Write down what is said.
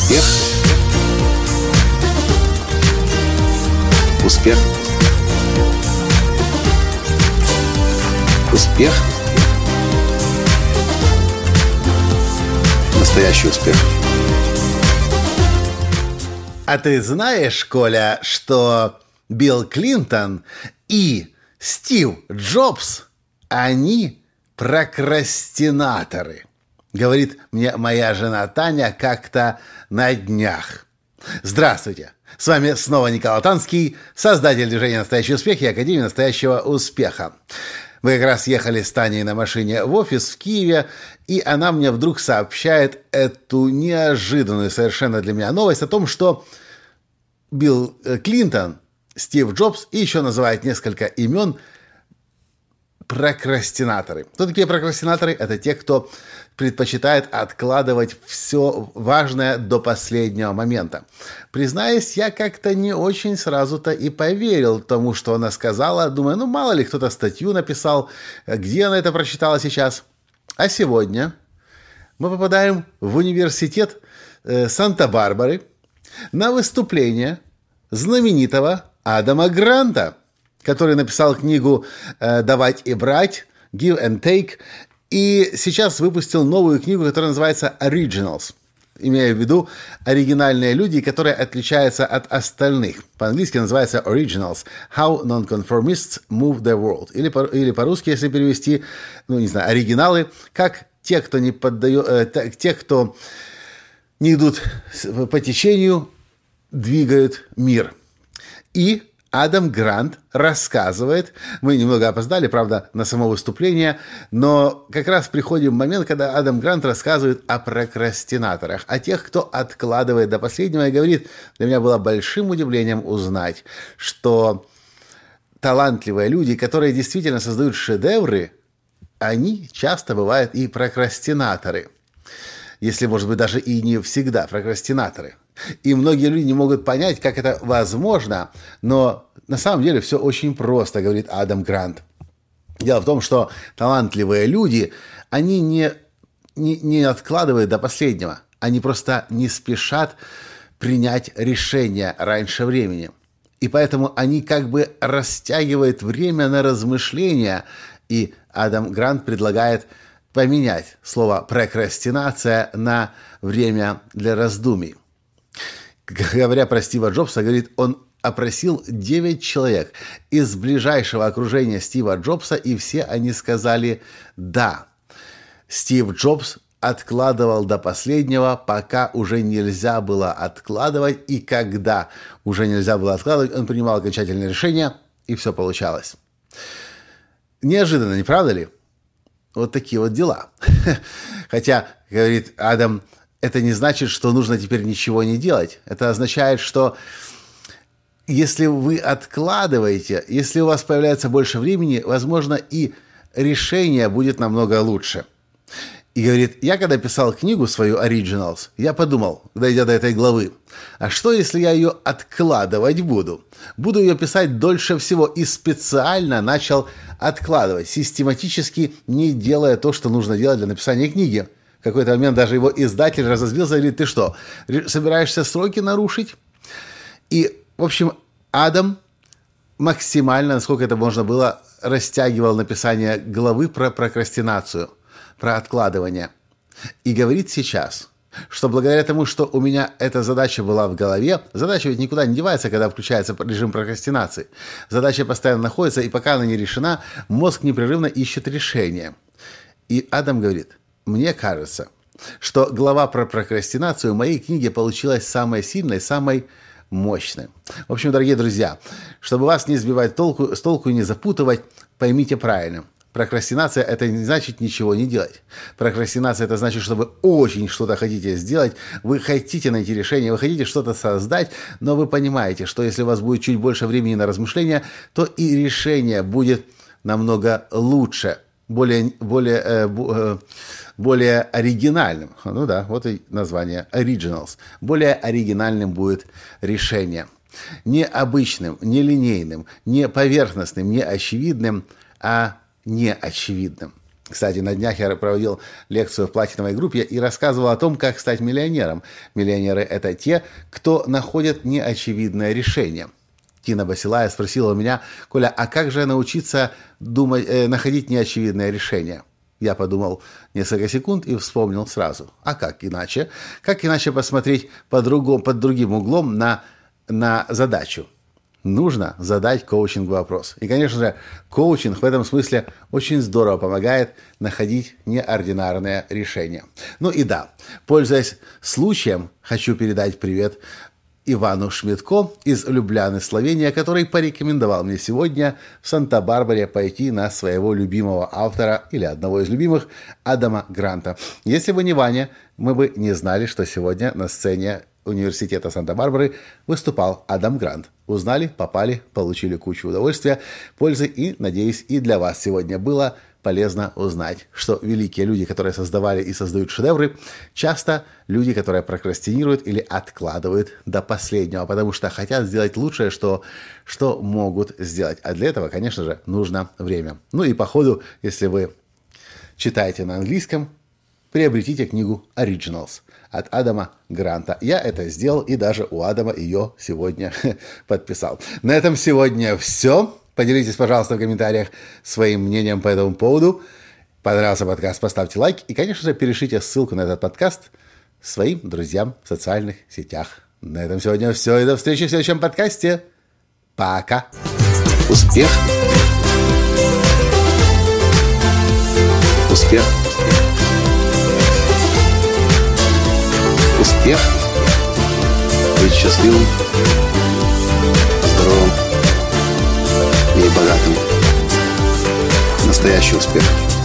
Успех. Успех. Успех. Настоящий успех. А ты знаешь, Коля, что Билл Клинтон и Стив Джобс, они прокрастинаторы? Говорит мне моя жена Таня как-то на днях. Здравствуйте! С вами снова Николай Танский, создатель движения «Настоящий успех» и Академии настоящего успеха. Мы как раз ехали с Таней на машине в офис в Киеве, и она мне вдруг сообщает эту неожиданную совершенно для меня новость о том, что Билл Клинтон, Стив Джобс и еще называет несколько имен прокрастинаторы. Кто такие прокрастинаторы? Это те, кто предпочитает откладывать все важное до последнего момента. Признаюсь, я как-то не очень сразу-то и поверил тому, что она сказала. Думаю, мало ли кто-то статью написал, где она это прочитала сейчас. А сегодня мы попадаем в университет Санта-Барбары на выступление знаменитого Адама Гранта, который написал книгу «Давать и брать», «Give and Take», и сейчас выпустил новую книгу, которая называется «Originals», имея в виду оригинальные люди, которые отличаются от остальных. По-английски называется «Originals. How Non-Conformists Move the World». Или по-русски, если перевести, оригиналы, как те, кто не поддают, те, кто не идут по течению, двигают мир. И Адам Грант рассказывает, мы немного опоздали, правда, на само выступление, но как раз приходим в момент, когда Адам Грант рассказывает о прокрастинаторах, о тех, кто откладывает до последнего, и говорит, для меня было большим удивлением узнать, что талантливые люди, которые действительно создают шедевры, они часто бывают и прокрастинаторы. Если, может быть, даже и не всегда прокрастинаторы. И многие люди не могут понять, как это возможно, но на самом деле все очень просто, говорит Адам Грант. Дело в том, что талантливые люди, они не откладывают до последнего, они просто не спешат принять решение раньше времени. И поэтому они как бы растягивают время на размышления, и Адам Грант предлагает поменять слово «прокрастинация» на «время для раздумий». Говоря про Стива Джобса, говорит, он опросил 9 человек из ближайшего окружения Стива Джобса, и все они сказали «да». Стив Джобс откладывал до последнего, пока уже нельзя было откладывать, и когда уже нельзя было откладывать, он принимал окончательное решение, и все получалось. Неожиданно, не правда ли? Вот такие вот дела. Хотя, говорит Адам, это не значит, что нужно теперь ничего не делать. Это означает, что если вы откладываете, если у вас появляется больше времени, возможно, и решение будет намного лучше. И говорит, я когда писал книгу свою «Originals», я подумал, дойдя до этой главы, а что, если я ее откладывать буду? Буду ее писать дольше всего и специально начал откладывать, систематически не делая то, что нужно делать для написания книги. В какой-то момент даже его издатель разозлился и говорит, ты что, собираешься сроки нарушить? И, в общем, Адам максимально, насколько это можно было, растягивал написание главы про прокрастинацию, про откладывание. И говорит сейчас, что благодаря тому, что у меня эта задача была в голове, задача ведь никуда не девается, когда включается режим прокрастинации. Задача постоянно находится, и пока она не решена, мозг непрерывно ищет решение. И Адам говорит, мне кажется, что глава про прокрастинацию в моей книге получилась самой сильной, самой мощной. В общем, дорогие друзья, чтобы вас не сбивать с толку и не запутывать, поймите правильно. Прокрастинация – это не значит ничего не делать. Прокрастинация – это значит, что вы очень что-то хотите сделать, вы хотите найти решение, вы хотите что-то создать, но вы понимаете, что если у вас будет чуть больше времени на размышления, то и решение будет намного лучше, более оригинальным. Ну да, вот и название Originals. Более оригинальным будет решение. Не обычным, не линейным, не поверхностным, не очевидным, а неочевидным. Кстати, на днях я проводил лекцию в платиновой группе и рассказывал о том, как стать миллионером. Миллионеры – это те, кто находит неочевидное решение. Тина Басилая спросила у меня: «Коля, а как же научиться находить неочевидное решение?» Я подумал несколько секунд и вспомнил сразу. А как иначе? Как иначе посмотреть под другим углом на задачу? Нужно задать коучинговый вопрос. И, конечно же, коучинг в этом смысле очень здорово помогает находить неординарные решения. Ну и да, пользуясь случаем, хочу передать привет Ивану Шмидко из Любляны, Словения, который порекомендовал мне сегодня в Санта-Барбаре пойти на своего любимого автора или одного из любимых Адама Гранта. Если бы не Ваня, мы бы не знали, что сегодня на сцене университета Санта-Барбары выступал Адам Грант. Узнали, попали, получили кучу удовольствия, пользы и, надеюсь, и для вас сегодня было полезно узнать, что великие люди, которые создавали и создают шедевры, часто люди, которые прокрастинируют или откладывают до последнего, потому что хотят сделать лучшее, что могут сделать. А для этого, конечно же, нужно время. Ну и по ходу, если вы читаете на английском, приобретите книгу Originals от Адама Гранта. Я это сделал и даже у Адама ее сегодня подписал. На этом сегодня все. Поделитесь, пожалуйста, в комментариях своим мнением по этому поводу. Понравился подкаст, поставьте лайк. И, конечно же, перешлите ссылку на этот подкаст своим друзьям в социальных сетях. На этом сегодня все. И до встречи в следующем подкасте. Пока. Успех. Успех. Успех. Быть счастливым, здоровым и богатым. Настоящий успех.